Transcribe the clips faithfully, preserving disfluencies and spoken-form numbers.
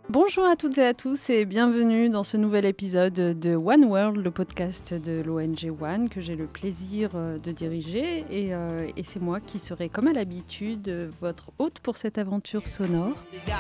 Bonjour à toutes et à tous et bienvenue dans ce nouvel épisode de One World, le podcast de l'O N G One que j'ai le plaisir de diriger et, euh, et c'est moi qui serai comme à l'habitude votre hôte pour cette aventure sonore.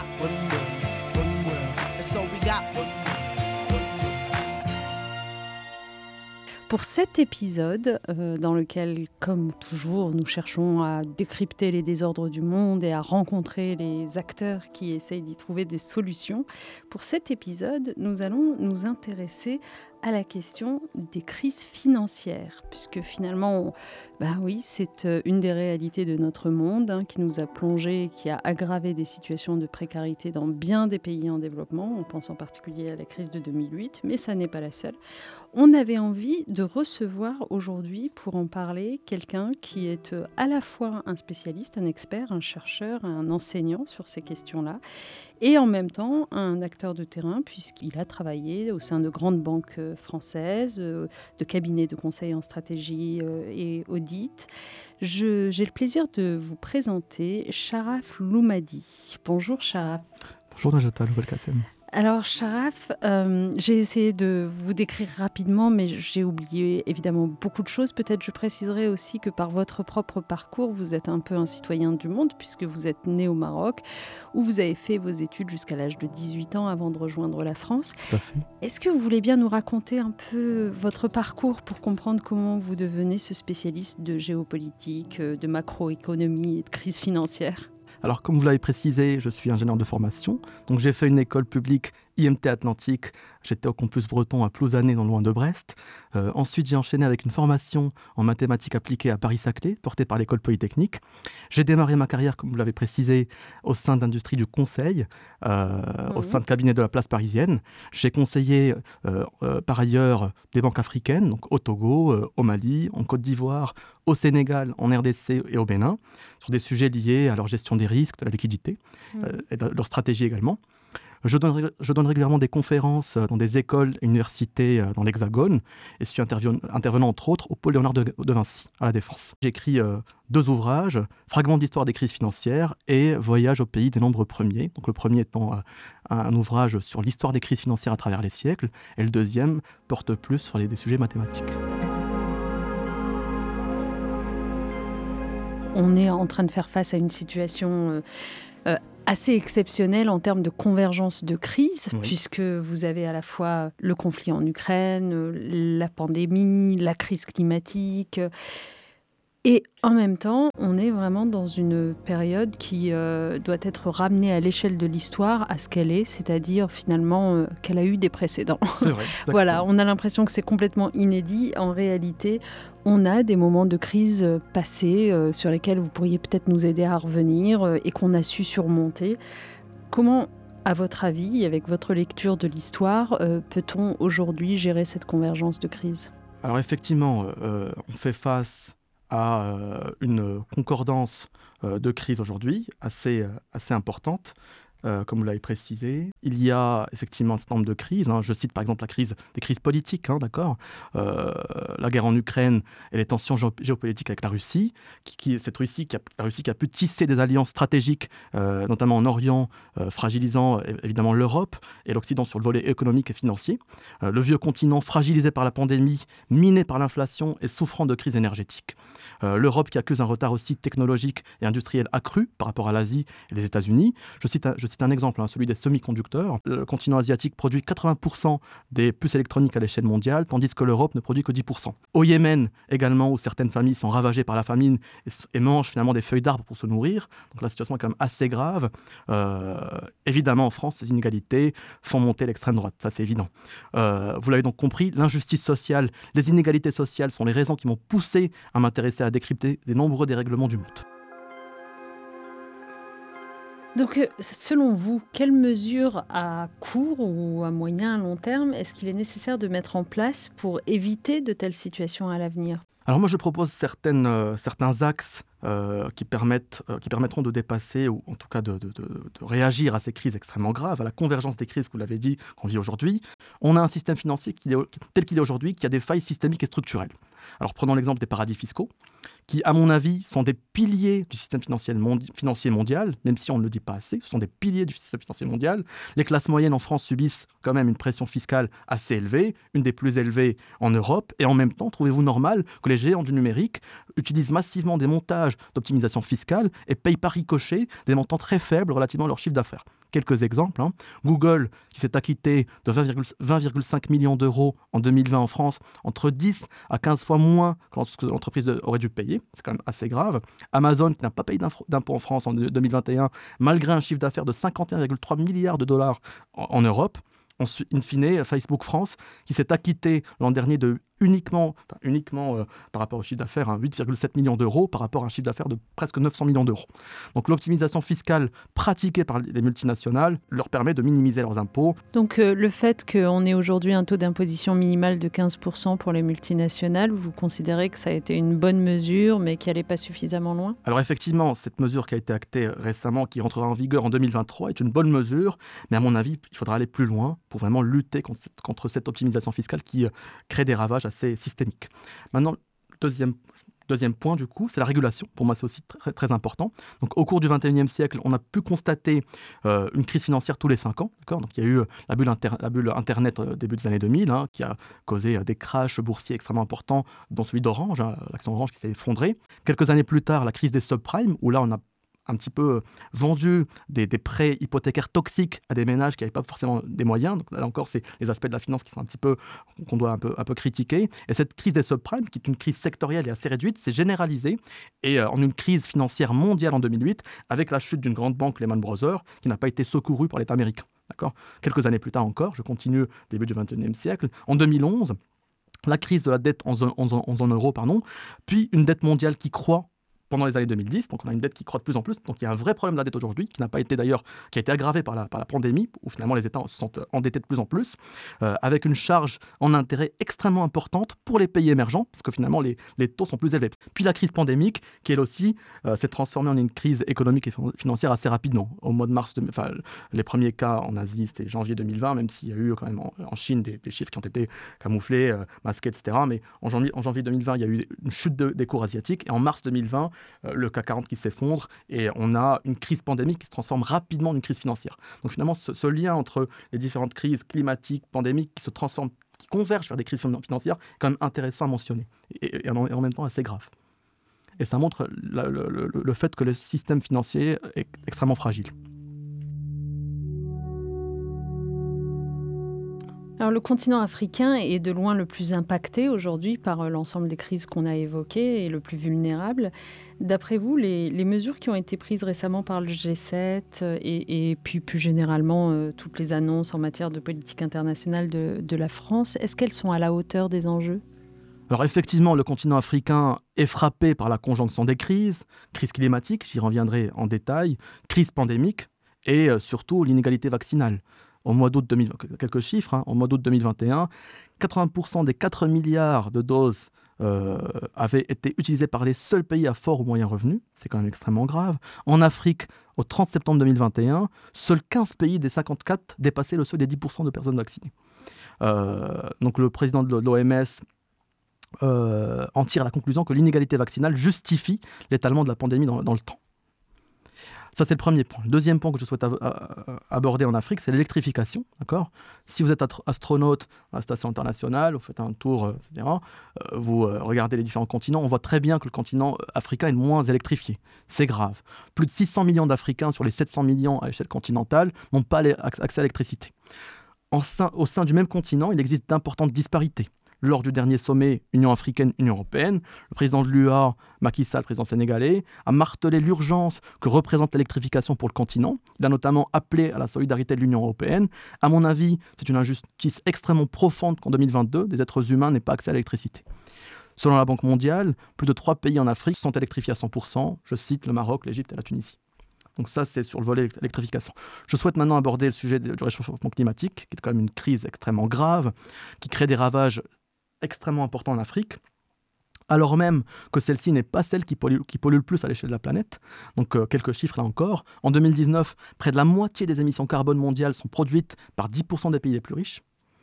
Pour cet épisode, euh, dans lequel, comme toujours, nous cherchons à décrypter les désordres du monde et à rencontrer les acteurs qui essayent d'y trouver des solutions, pour cet épisode, nous allons nous intéresser à la question des crises financières, puisque finalement, on, ben oui, c'est une des réalités de notre monde hein, qui nous a plongé, qui a aggravé des situations de précarité dans bien des pays en développement. On pense en particulier à la crise de deux mille huit, mais ça n'est pas la seule. On avait envie de recevoir aujourd'hui, pour en parler, quelqu'un qui est à la fois un spécialiste, un expert, un chercheur, un enseignant sur ces questions-là, et en même temps un acteur de terrain, puisqu'il a travaillé au sein de grandes banques françaises, de cabinets de conseil en stratégie et audit. Je, j'ai le plaisir de vous présenter Sharaf Loumadi. Bonjour Sharaf. Bonjour Najata Louel-Kassem. Alors Sharaf, euh, j'ai essayé de vous décrire rapidement, mais j'ai oublié évidemment beaucoup de choses. Peut-être je préciserai aussi que par votre propre parcours, vous êtes un peu un citoyen du monde, puisque vous êtes né au Maroc, où vous avez fait vos études jusqu'à l'âge de dix-huit ans avant de rejoindre la France. Tout à fait. Est-ce que vous voulez bien nous raconter un peu votre parcours pour comprendre comment vous devenez ce spécialiste de géopolitique, de macroéconomie et de crise financière ? Alors, comme vous l'avez précisé, je suis ingénieur de formation. Donc, j'ai fait une école publique I M T Atlantique. J'étais au campus breton à Plouzané, non loin de Brest. Euh, ensuite, j'ai enchaîné avec une formation en mathématiques appliquées à Paris-Saclay, portée par l'école polytechnique. J'ai démarré ma carrière, comme vous l'avez précisé, au sein de l'industrie du conseil, euh, mmh. au sein de cabinets de la place parisienne. J'ai conseillé euh, euh, par ailleurs des banques africaines, donc au Togo, euh, au Mali, en Côte d'Ivoire, au Sénégal, en R D C et au Bénin, sur des sujets liés à leur gestion des risques, de la liquidité, mmh. euh, et de leur stratégie également. Je donne, je donne régulièrement des conférences dans des écoles et universités dans l'Hexagone et suis intervenant entre autres au pôle Léonard de, de Vinci, à la Défense. J'ai écrit euh, deux ouvrages, Fragments d'histoire des crises financières et Voyage au pays des nombres premiers. Donc le premier étant euh, un ouvrage sur l'histoire des crises financières à travers les siècles et le deuxième porte plus sur les, des sujets mathématiques. On est en train de faire face à une situation euh, euh, assez exceptionnelle en termes de convergence de crise, oui. puisque vous avez à la fois le conflit en Ukraine, la pandémie, la crise climatique. Et en même temps, on est vraiment dans une période qui euh, doit être ramenée à l'échelle de l'histoire à ce qu'elle est, c'est-à-dire finalement euh, qu'elle a eu des précédents. C'est vrai. Voilà, on a l'impression que c'est complètement inédit. En réalité, on a des moments de crise passés euh, sur lesquels vous pourriez peut-être nous aider à revenir euh, et qu'on a su surmonter. Comment, à votre avis, avec votre lecture de l'histoire, euh, peut-on aujourd'hui gérer cette convergence de crise ? Alors effectivement, euh, on fait face à euh, une concordance euh, de crise aujourd'hui assez, euh, assez importante. Euh, comme vous l'avez précisé, il y a effectivement un certain nombre de crises. Hein. Je cite par exemple la crise des crises politiques, hein, d'accord euh, la guerre en Ukraine et les tensions géopolitiques avec la Russie. Qui, qui, cette Russie qui a, la Russie qui a pu tisser des alliances stratégiques, euh, notamment en Orient, euh, fragilisant évidemment l'Europe et l'Occident sur le volet économique et financier. Euh, le vieux continent fragilisé par la pandémie, miné par l'inflation et souffrant de crise énergétique. Euh, L'Europe qui accuse un retard aussi technologique et industriel accru par rapport à l'Asie et les États-Unis. Je cite un, je cite un exemple, hein, celui des semi-conducteurs. Le continent asiatique produit quatre-vingts pour cent des puces électroniques à l'échelle mondiale, tandis que l'Europe ne produit que dix pour cent. Au Yémen également, où certaines familles sont ravagées par la famine et, et mangent finalement des feuilles d'arbres pour se nourrir. Donc la situation est quand même assez grave. Euh, évidemment, en France, les inégalités font monter l'extrême droite, ça c'est évident. Euh, vous l'avez donc compris, l'injustice sociale, les inégalités sociales sont les raisons qui m'ont poussé à m'intéresser à décrypter les nombreux dérèglements du monde. Donc, selon vous, quelles mesures à court ou à moyen, à long terme, est-ce qu'il est nécessaire de mettre en place pour éviter de telles situations à l'avenir ? Alors moi, je propose certaines, euh, certains axes euh, qui, permettent, euh, qui permettront de dépasser, ou en tout cas de, de, de, de réagir à ces crises extrêmement graves, à la convergence des crises, que vous l'avez dit, qu'on vit aujourd'hui. On a un système financier qui est, tel qu'il est aujourd'hui, qui a des failles systémiques et structurelles. Alors prenons l'exemple des paradis fiscaux, qui, à mon avis, sont des piliers du système financier, mondi- financier mondial, même si on ne le dit pas assez, ce sont des piliers du système financier mondial. Les classes moyennes en France subissent quand même une pression fiscale assez élevée, une des plus élevées en Europe, et en même temps, trouvez-vous normal que les géants du numérique utilisent massivement des montages d'optimisation fiscale et payent par ricochet des montants très faibles relativement à leur chiffre d'affaires? Quelques exemples. Hein. Google, qui s'est acquitté de vingt virgule cinq millions d'euros en deux mille vingt en France, entre dix à quinze fois moins que ce que l'entreprise aurait dû payer. C'est quand même assez grave. Amazon, qui n'a pas payé d'impôts en France en deux mille vingt et un, malgré un chiffre d'affaires de cinquante et un virgule trois milliards de dollars en, en Europe. Ensuite, in fine, Facebook France, qui s'est acquitté l'an dernier de uniquement, enfin, uniquement euh, par rapport au chiffre d'affaires, hein, huit virgule sept millions d'euros, par rapport à un chiffre d'affaires de presque neuf cents millions d'euros. Donc l'optimisation fiscale pratiquée par les multinationales leur permet de minimiser leurs impôts. Donc euh, le fait qu'on ait aujourd'hui un taux d'imposition minimal de quinze pour cent pour les multinationales, vous considérez que ça a été une bonne mesure, mais qui n'allait pas suffisamment loin? Alors effectivement, cette mesure qui a été actée récemment, qui rentrera en vigueur en deux mille vingt-trois, est une bonne mesure, mais à mon avis, il faudra aller plus loin pour vraiment lutter contre cette, contre cette optimisation fiscale qui euh, crée des ravages assez systémique. Maintenant, le deuxième, deuxième point, du coup, c'est la régulation. Pour moi, c'est aussi très, très important. Donc, au cours du vingt et unième siècle, on a pu constater euh, une crise financière tous les cinq ans. D'accord. Donc, il y a eu la bulle, inter, la bulle Internet euh, début des années deux mille, hein, qui a causé euh, des crashs boursiers extrêmement importants, dont celui d'Orange, hein, l'action Orange qui s'est effondrée. Quelques années plus tard, la crise des subprimes, où là, on a un petit peu vendu des, des prêts hypothécaires toxiques à des ménages qui n'avaient pas forcément des moyens. Donc là encore, c'est les aspects de la finance qui sont un petit peu, qu'on doit un peu, un peu critiquer. Et cette crise des subprimes, qui est une crise sectorielle et assez réduite, s'est généralisée et euh, en une crise financière mondiale en deux mille huit, avec la chute d'une grande banque, Lehman Brothers, qui n'a pas été secourue par l'État américain. D'accord. Quelques années plus tard encore, je continue, début du vingt et unième siècle, en deux mille onze, la crise de la dette en zone, en zone, en zone euro, pardon, puis une dette mondiale qui croît pendant les années deux mille dix, donc on a une dette qui croît de plus en plus, donc il y a un vrai problème de la dette aujourd'hui, qui n'a pas été d'ailleurs, qui a été aggravé par la, par la pandémie, où finalement les États se sont endettés de plus en plus, euh, avec une charge en intérêt extrêmement importante pour les pays émergents, parce que finalement les, les taux sont plus élevés. Puis la crise pandémique, qui elle aussi euh, s'est transformée en une crise économique et financière assez rapidement. Au mois de mars, de, enfin, les premiers cas en Asie, c'était janvier deux mille vingt, même s'il y a eu quand même en, en Chine des, des chiffres qui ont été camouflés, euh, masqués, et cetera. Mais en janvier, en janvier deux mille vingt, il y a eu une chute de, des cours asiatiques, et en mars deux mille vingt, le C A C quarante qui s'effondre et on a une crise pandémique qui se transforme rapidement en une crise financière. Donc finalement, ce, ce lien entre les différentes crises climatiques, pandémiques qui se transforment, qui convergent vers des crises financières, est quand même intéressant à mentionner et, et, en, et en même temps assez grave. Et ça montre la, le, le, le fait que le système financier est extrêmement fragile. Alors, le continent africain est de loin le plus impacté aujourd'hui par l'ensemble des crises qu'on a évoquées et le plus vulnérable. D'après vous, les, les mesures qui ont été prises récemment par le G sept et, et puis plus généralement euh, toutes les annonces en matière de politique internationale de, de la France, est-ce qu'elles sont à la hauteur des enjeux ? Alors effectivement, le continent africain est frappé par la conjonction des crises, crise climatique, j'y reviendrai en détail, crise pandémique et euh, surtout l'inégalité vaccinale. Au mois d'août deux mille vingt, quelques chiffres, hein, au mois d'août deux mille vingt et un, quatre-vingts pour cent des quatre milliards de doses euh, avaient été utilisées par les seuls pays à fort ou moyen revenu. C'est quand même extrêmement grave. En Afrique, au trente septembre deux mille vingt et un, seuls quinze pays des cinquante-quatre dépassaient le seuil des dix pour cent de personnes vaccinées. Euh, donc le président de l'O M S euh, en tire la conclusion que l'inégalité vaccinale justifie l'étalement de la pandémie dans, dans le temps. Ça, c'est le premier point. Le deuxième point que je souhaite ab- aborder en Afrique, c'est l'électrification. D'accord ? Si vous êtes astronaute à la station internationale, vous faites un tour, euh, et cetera, euh, vous euh, regardez les différents continents, on voit très bien que le continent africain est moins électrifié. C'est grave. Plus de six cents millions d'Africains sur les sept cents millions à l'échelle continentale n'ont pas accès à l'électricité. En sein, au sein du même continent, il existe d'importantes disparités. Lors du dernier sommet Union africaine-Union européenne, le président de l'U A, Macky Sall, président sénégalais, a martelé l'urgence que représente l'électrification pour le continent. Il a notamment appelé à la solidarité de l'Union européenne. À mon avis, c'est une injustice extrêmement profonde qu'en deux mille vingt-deux, des êtres humains n'aient pas accès à l'électricité. Selon la Banque mondiale, plus de trois pays en Afrique sont électrifiés à cent pour cent. Je cite le Maroc, l'Égypte et la Tunisie. Donc ça, c'est sur le volet électrification. Je souhaite maintenant aborder le sujet du réchauffement climatique, qui est quand même une crise extrêmement grave, qui crée des ravages extrêmement important en Afrique. alors même que celle-ci n'est pas celle qui pollue, qui pollue le plus à l'échelle de la planète. Donc euh, quelques chiffres là encore. En deux mille dix-neuf, près de la moitié des émissions carbone mondiales sont produites par dix pour cent des pays les plus riches.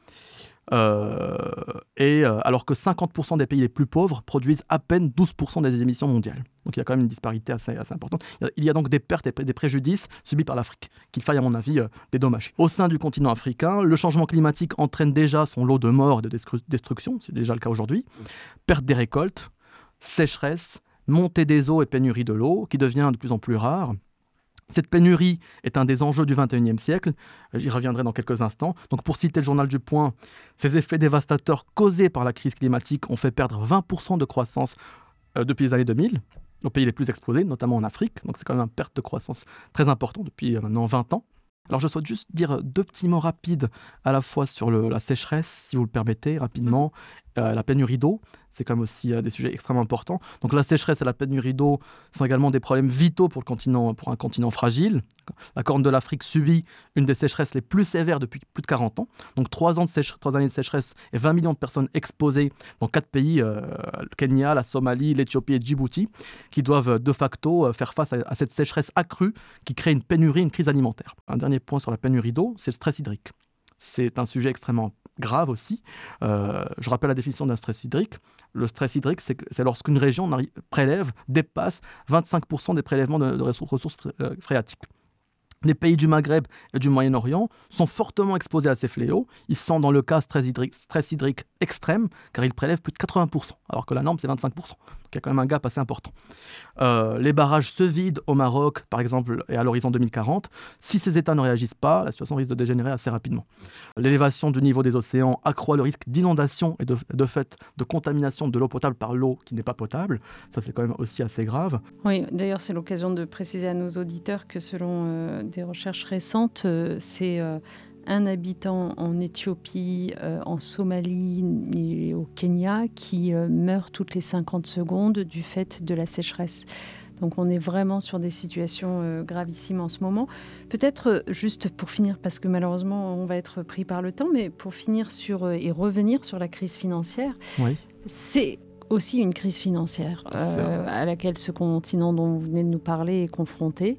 Euh, et euh, alors que cinquante pour cent des pays les plus pauvres produisent à peine douze pour cent des émissions mondiales. Donc il y a quand même une disparité assez, assez importante. Il y a donc des pertes et des préjudices subis par l'Afrique, qu'il faille à mon avis euh, dédommager. Au sein du continent africain, le changement climatique entraîne déjà son lot de morts et de destruction, c'est déjà le cas aujourd'hui. Perte des récoltes, sécheresse, montée des eaux et pénurie de l'eau, qui devient de plus en plus rare. Cette pénurie est un des enjeux du vingt et unième siècle, j'y reviendrai dans quelques instants. Donc pour citer le journal du Point, ces effets dévastateurs causés par la crise climatique ont fait perdre vingt pour cent de croissance euh, depuis les années deux mille, aux pays les plus exposés, notamment en Afrique. Donc c'est quand même une perte de croissance très importante depuis euh, maintenant vingt ans. Alors je souhaite juste dire deux petits mots rapides à la fois sur le, la sécheresse, si vous le permettez, rapidement, euh, la pénurie d'eau. C'est quand même aussi euh, des sujets extrêmement importants. Donc la sécheresse et la pénurie d'eau sont également des problèmes vitaux pour, le continent, pour un continent fragile. La Corne de l'Afrique subit une des sécheresses les plus sévères depuis plus de quarante ans. Donc trois, ans de sécheresse, trois années de sécheresse et vingt millions de personnes exposées dans quatre pays, euh, le Kenya, la Somalie, l'Éthiopie et Djibouti, qui doivent de facto faire face à, à cette sécheresse accrue qui crée une pénurie, une crise alimentaire. Un dernier point sur la pénurie d'eau, c'est le stress hydrique. C'est un sujet extrêmement grave aussi. Euh, je rappelle la définition d'un stress hydrique. Le stress hydrique, c'est, c'est lorsqu'une région prélève, dépasse vingt-cinq pour cent des prélèvements de, de ressources phréatiques. Les pays du Maghreb et du Moyen-Orient sont fortement exposés à ces fléaux. Ils sont dans le cas stress hydrique, stress hydrique extrême, car ils prélèvent plus de quatre-vingts pour cent, alors que la norme, c'est vingt-cinq pour cent. Donc il y a quand même un gap assez important. Euh, les barrages se vident au Maroc, par exemple, et à l'horizon deux mille quarante. Si ces États ne réagissent pas, la situation risque de dégénérer assez rapidement. L'élévation du niveau des océans accroît le risque d'inondation et de, de fait de contamination de l'eau potable par l'eau qui n'est pas potable. Ça, c'est quand même aussi assez grave. Oui, d'ailleurs, c'est l'occasion de préciser à nos auditeurs que selon euh, des recherches récentes, euh, c'est euh, un habitant en Éthiopie, euh, en Somalie et au Kenya qui euh, meurt toutes les cinquante secondes du fait de la sécheresse. Donc on est vraiment sur des situations euh, gravissimes en ce moment. Peut-être euh, juste pour finir, parce que malheureusement on va être pris par le temps, mais pour finir sur, euh, et revenir sur la crise financière, oui. C'est aussi une crise financière euh, à laquelle ce continent dont vous venez de nous parler est confronté.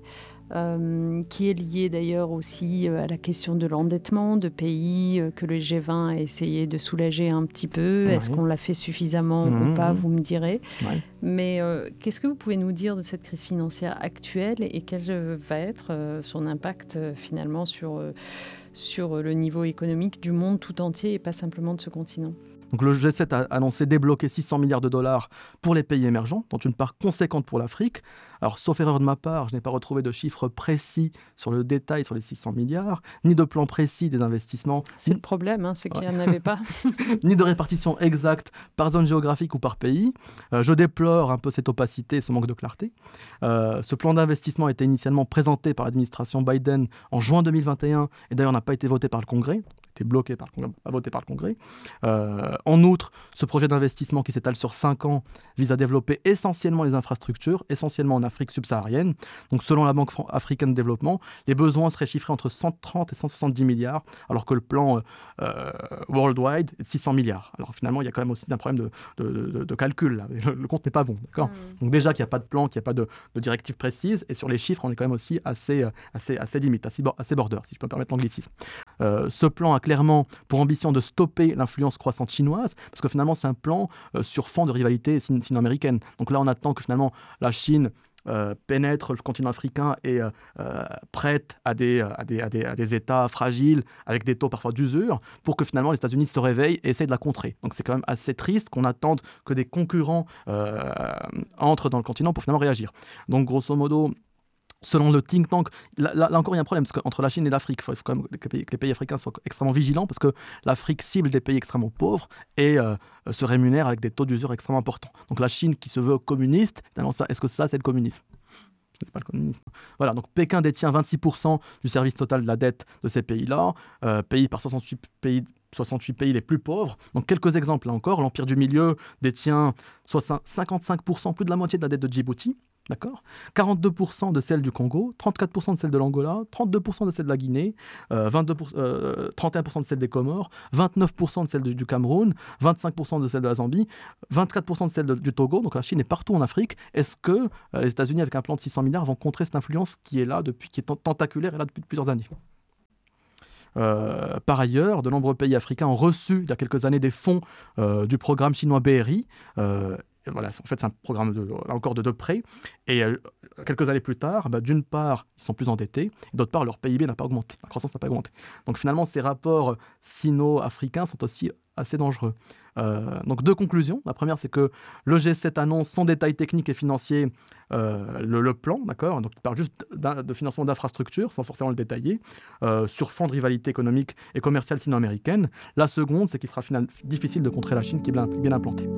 Euh, qui est liée d'ailleurs aussi euh, à la question de l'endettement de pays euh, que le G vingt a essayé de soulager un petit peu. Oui. Est-ce qu'on l'a fait suffisamment mmh, ou pas, vous me direz. Oui. Mais euh, qu'est-ce que vous pouvez nous dire de cette crise financière actuelle et quel va être euh, son impact euh, finalement sur, euh, sur le niveau économique du monde tout entier et pas simplement de ce continent ? Donc le G sept a annoncé débloquer six cents milliards de dollars pour les pays émergents, dont une part conséquente pour l'Afrique. Alors, sauf erreur de ma part, je n'ai pas retrouvé de chiffres précis sur le détail sur les six cents milliards, ni de plan précis des investissements. C'est le problème, hein, c'est qu'il n'y en avait pas. Ni de répartition exacte par zone géographique ou par pays. Euh, je déplore un peu cette opacité, ce manque de clarté. Euh, ce plan d'investissement a été initialement présenté par l'administration Biden en juin deux mille vingt et un et d'ailleurs n'a pas été voté par le Congrès. Été bloqué par le Congrès, pas voté par le Congrès. Euh, en outre, ce projet d'investissement qui s'étale sur cinq ans vise à développer essentiellement les infrastructures, essentiellement en Afrique subsaharienne. Donc, selon la Banque africaine de développement, les besoins seraient chiffrés entre cent trente et cent soixante-dix milliards, alors que le plan euh, worldwide est de six cents milliards. Alors finalement, il y a quand même aussi un problème de, de, de, de calcul. Là. Le, le compte n'est pas bon. D'accord mmh. Donc déjà qu'il n'y a pas de plan, qu'il n'y a pas de, de directive précise, et sur les chiffres, on est quand même aussi assez, assez, assez limite, assez, assez border, si je peux me permettre l'anglicisme. Euh, ce plan a clairement pour ambition de stopper l'influence croissante chinoise, parce que finalement c'est un plan euh, sur fond de rivalité sino-américaine. Donc là on attend que finalement la Chine euh, pénètre le continent africain et euh, euh, prête à des, à, des, à, des, à des États fragiles, avec des taux parfois d'usure, pour que finalement les États-Unis se réveillent et essayent de la contrer. Donc c'est quand même assez triste qu'on attende que des concurrents euh, entrent dans le continent pour finalement réagir. Donc grosso modo, selon le think tank, là, là, là encore il y a un problème, parce qu'entre la Chine et l'Afrique, il faut, il faut quand même que les, pays, que les pays africains soient extrêmement vigilants, parce que l'Afrique cible des pays extrêmement pauvres et euh, se rémunère avec des taux d'usure extrêmement importants. Donc la Chine qui se veut communiste, ça, est-ce que ça c'est le communisme ? Ce n'est pas le communisme. Voilà, donc Pékin détient vingt-six pour cent du service total de la dette de ces pays-là, euh, pays par soixante-huit pays, soixante-huit pays les plus pauvres. Donc quelques exemples là encore, l'Empire du Milieu détient cinquante-cinq pour cent, plus de la moitié de la dette de Djibouti, D'accord. quarante-deux pour cent de celles du Congo, trente-quatre pour cent de celles de l'Angola, trente-deux pour cent de celles de la Guinée, euh, vingt-deux pour cent, euh, trente et un pour cent de celles des Comores, vingt-neuf pour cent de celles de- du Cameroun, vingt-cinq pour cent de celles de la Zambie, vingt-quatre pour cent de celles de- du Togo. Donc la Chine est partout en Afrique. Est-ce que euh, les États-Unis, avec un plan de six cents milliards, vont contrer cette influence qui est là depuis, qui est tentaculaire et là depuis plusieurs années? Euh, par ailleurs, de nombreux pays africains ont reçu il y a quelques années des fonds euh, du programme chinois B R I. Euh, et voilà, en fait, c'est un programme de, encore de, de prêt. Et euh, quelques années plus tard, bah, d'une part, ils sont plus endettés, et d'autre part, leur P I B n'a pas augmenté, la croissance n'a pas augmenté. Donc finalement, ces rapports sino-africains sont aussi assez dangereux. Euh, donc deux conclusions. La première, c'est que le G sept annonce sans détail technique et financier euh, le, le plan, d'accord. Donc il parle juste de financement d'infrastructures, sans forcément le détailler, euh, sur fond de rivalité économique et commerciale sino-américaine. La seconde, c'est qu'il sera final, difficile de contrer la Chine qui est bien, bien implantée.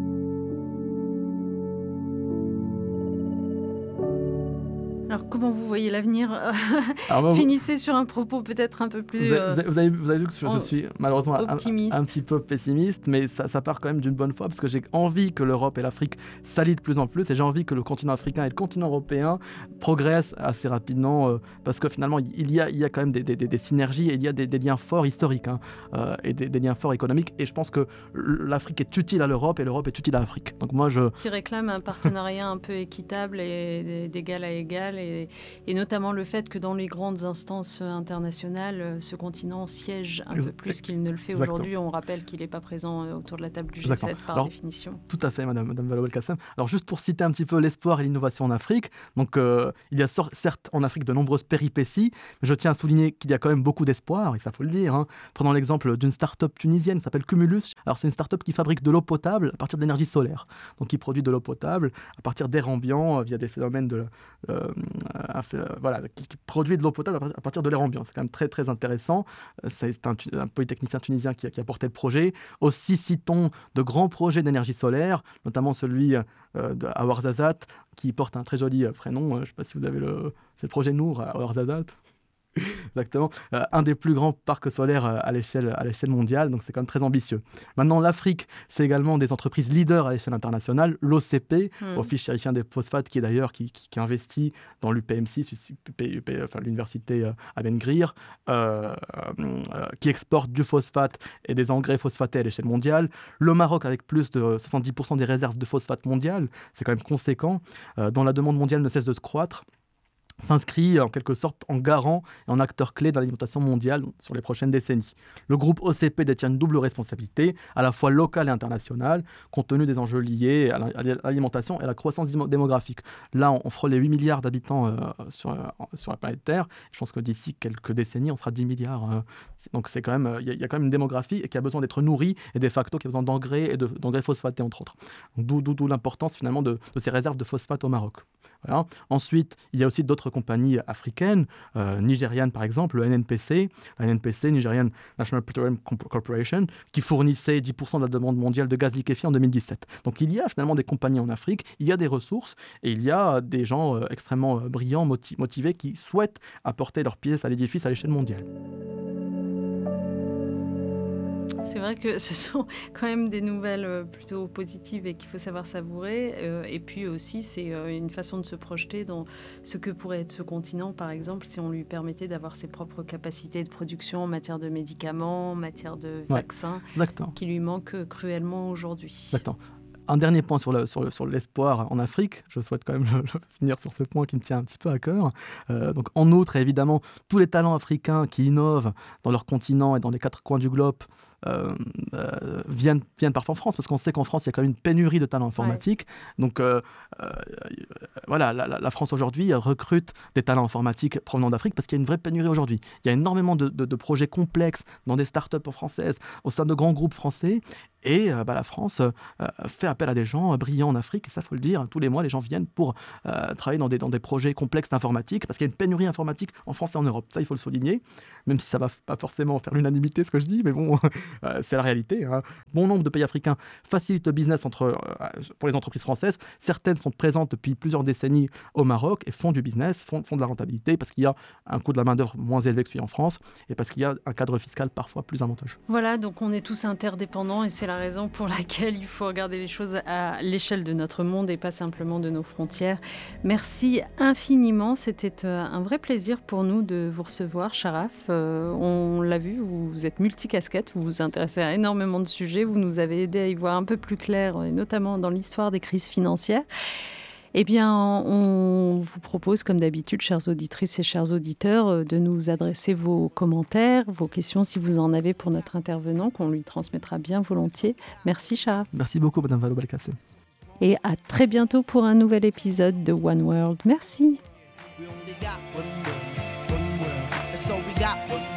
Alors, comment vous voyez l'avenir? Alors, moi, Finissez sur un propos peut-être un peu plus Vous avez, euh, vous avez- vous avez- vous avez vu que je, je en- suis malheureusement un, optimiste. un petit peu pessimiste, mais ça, ça part quand même d'une bonne foi, parce que j'ai envie que l'Europe et l'Afrique s'allient de plus en plus, et j'ai envie que le continent africain et le continent européen progressent assez rapidement, euh, parce que finalement, il y a, il y a quand même des, des- des- des synergies, et il y a des, des liens forts historiques, hein, euh, et des, des liens forts économiques, et je pense que l'Afrique est utile à l'Europe, et l'Europe est utile à l'Afrique. Donc moi, je... Qui réclame un partenariat un peu équitable et d'égal à égal, et, et notamment le fait que dans les grandes instances internationales, ce continent siège un peu plus qu'il ne le fait Exactement. aujourd'hui. On rappelle qu'il n'est pas présent autour de la table du G sept Exactement. par Alors, définition. Tout à fait, Madame, Madame Vallaud-Belkacem. Alors, juste pour citer un petit peu l'espoir et l'innovation en Afrique, donc euh, il y a sor- certes en Afrique de nombreuses péripéties, mais je tiens à souligner qu'il y a quand même beaucoup d'espoir, et ça faut le dire. Hein. Prenons l'exemple d'une start-up tunisienne qui s'appelle Cumulus. Alors, c'est une start-up qui fabrique de l'eau potable à partir d'énergie solaire. Donc, qui produit de l'eau potable à partir d'air ambiant euh, via des phénomènes de... Euh, euh, voilà, qui, qui produit de l'eau potable à partir de l'air ambiant. C'est quand même très, très intéressant. Euh, C'est un, un polytechnicien tunisien qui a, qui a porté le projet. Aussi, citons de grands projets d'énergie solaire, notamment celui euh, de- à Ouarzazate, qui porte un très joli euh, prénom. Euh, je ne sais pas si vous avez le... C'est le projet Nour à Ouarzazate. Exactement. Euh, un des plus grands parcs solaires euh, à l'échelle, à l'échelle mondiale, donc c'est quand même très ambitieux. Maintenant, l'Afrique, c'est également des entreprises leaders à l'échelle internationale. L'O C P, Hmm. Office chérifien des phosphates, qui est d'ailleurs qui, qui, qui investit dans l'U P M six, enfin, l'université euh, à Ben Grir, euh, euh, qui exporte du phosphate et des engrais phosphatés à l'échelle mondiale. Le Maroc, avec plus de soixante-dix pour cent des réserves de phosphate mondiales, c'est quand même conséquent, euh, dont la demande mondiale ne cesse de se croître, s'inscrit en quelque sorte en garant et en acteur clé dans l'alimentation mondiale sur les prochaines décennies. Le groupe O C P détient une double responsabilité, à la fois locale et internationale, compte tenu des enjeux liés à l'alimentation et à la croissance démographique. Là, on frôle les huit milliards d'habitants euh, sur, euh, sur la planète Terre. Je pense que d'ici quelques décennies, on sera dix milliards. Euh, donc c'est quand même, il y, y a quand même une démographie qui a besoin d'être nourrie et de facto qui a besoin d'engrais et de, d'engrais phosphatés, entre autres. D'où, d'où, d'où l'importance finalement de, de ces réserves de phosphate au Maroc. Voilà. Ensuite, il y a aussi d'autres compagnies africaines, euh, nigérianes par exemple, le N N P C, la N N P C, Nigerian National Petroleum Corporation, qui fournissait dix pour cent de la demande mondiale de gaz liquéfié en deux mille dix-sept. Donc il y a finalement des compagnies en Afrique, il y a des ressources et il y a des gens euh, extrêmement euh, brillants, moti- motivés, qui souhaitent apporter leur pièce à l'édifice à l'échelle mondiale. C'est vrai que ce sont quand même des nouvelles euh, plutôt positives et qu'il faut savoir savourer. Euh, et puis aussi, c'est euh, une façon de se projeter dans ce que pourrait être ce continent, par exemple, si on lui permettait d'avoir ses propres capacités de production en matière de médicaments, en matière de vaccins, ouais, qui lui manquent cruellement aujourd'hui. Exactement. Un dernier point sur, le, sur, le, sur l'espoir en Afrique. Je souhaite quand même je, je finir sur ce point qui me tient un petit peu à cœur. Euh, donc, en outre, évidemment, tous les talents africains qui innovent dans leur continent et dans les quatre coins du globe Euh, euh, viennent, viennent parfois en France, parce qu'on sait qu'en France, il y a quand même une pénurie de talents informatiques. Ouais. Donc, euh, euh, voilà, la, la, la France aujourd'hui recrute des talents informatiques provenant d'Afrique parce qu'il y a une vraie pénurie aujourd'hui. Il y a énormément de, de, de projets complexes dans des startups françaises, au sein de grands groupes français. Et euh, bah, la France euh, fait appel à des gens euh, brillants en Afrique, et ça, il faut le dire. Tous les mois, les gens viennent pour euh, travailler dans des, dans des projets complexes d'informatique, parce qu'il y a une pénurie informatique en France et en Europe. Ça, il faut le souligner, même si ça ne va pas forcément faire l'unanimité, ce que je dis, mais bon, euh, c'est la réalité. Hein. Bon nombre de pays africains facilitent le business entre, euh, pour les entreprises françaises. Certaines sont présentes depuis plusieurs décennies au Maroc et font du business, font, font de la rentabilité, parce qu'il y a un coût de la main-d'œuvre moins élevé que celui en France, et parce qu'il y a un cadre fiscal parfois plus avantageux. Voilà, donc on est tous interdépendants, et c'est la la raison pour laquelle il faut regarder les choses à l'échelle de notre monde et pas simplement de nos frontières. Merci infiniment. C'était euh, un vrai plaisir pour nous de vous recevoir, Sharaf. Euh, on l'a vu, vous êtes multicasquette, vous vous intéressez à énormément de sujets. Vous nous avez aidé à y voir un peu plus clair, et notamment dans l'histoire des crises financières. Eh bien, on vous propose, comme d'habitude, chères auditrices et chers auditeurs, de nous adresser vos commentaires, vos questions, si vous en avez pour notre intervenant, qu'on lui transmettra bien volontiers. Merci, Sharaf. Merci beaucoup, Madame Vallaud-Belkacem. Et à très bientôt pour un nouvel épisode de One World. Merci. We only got one world, one world. And so we got one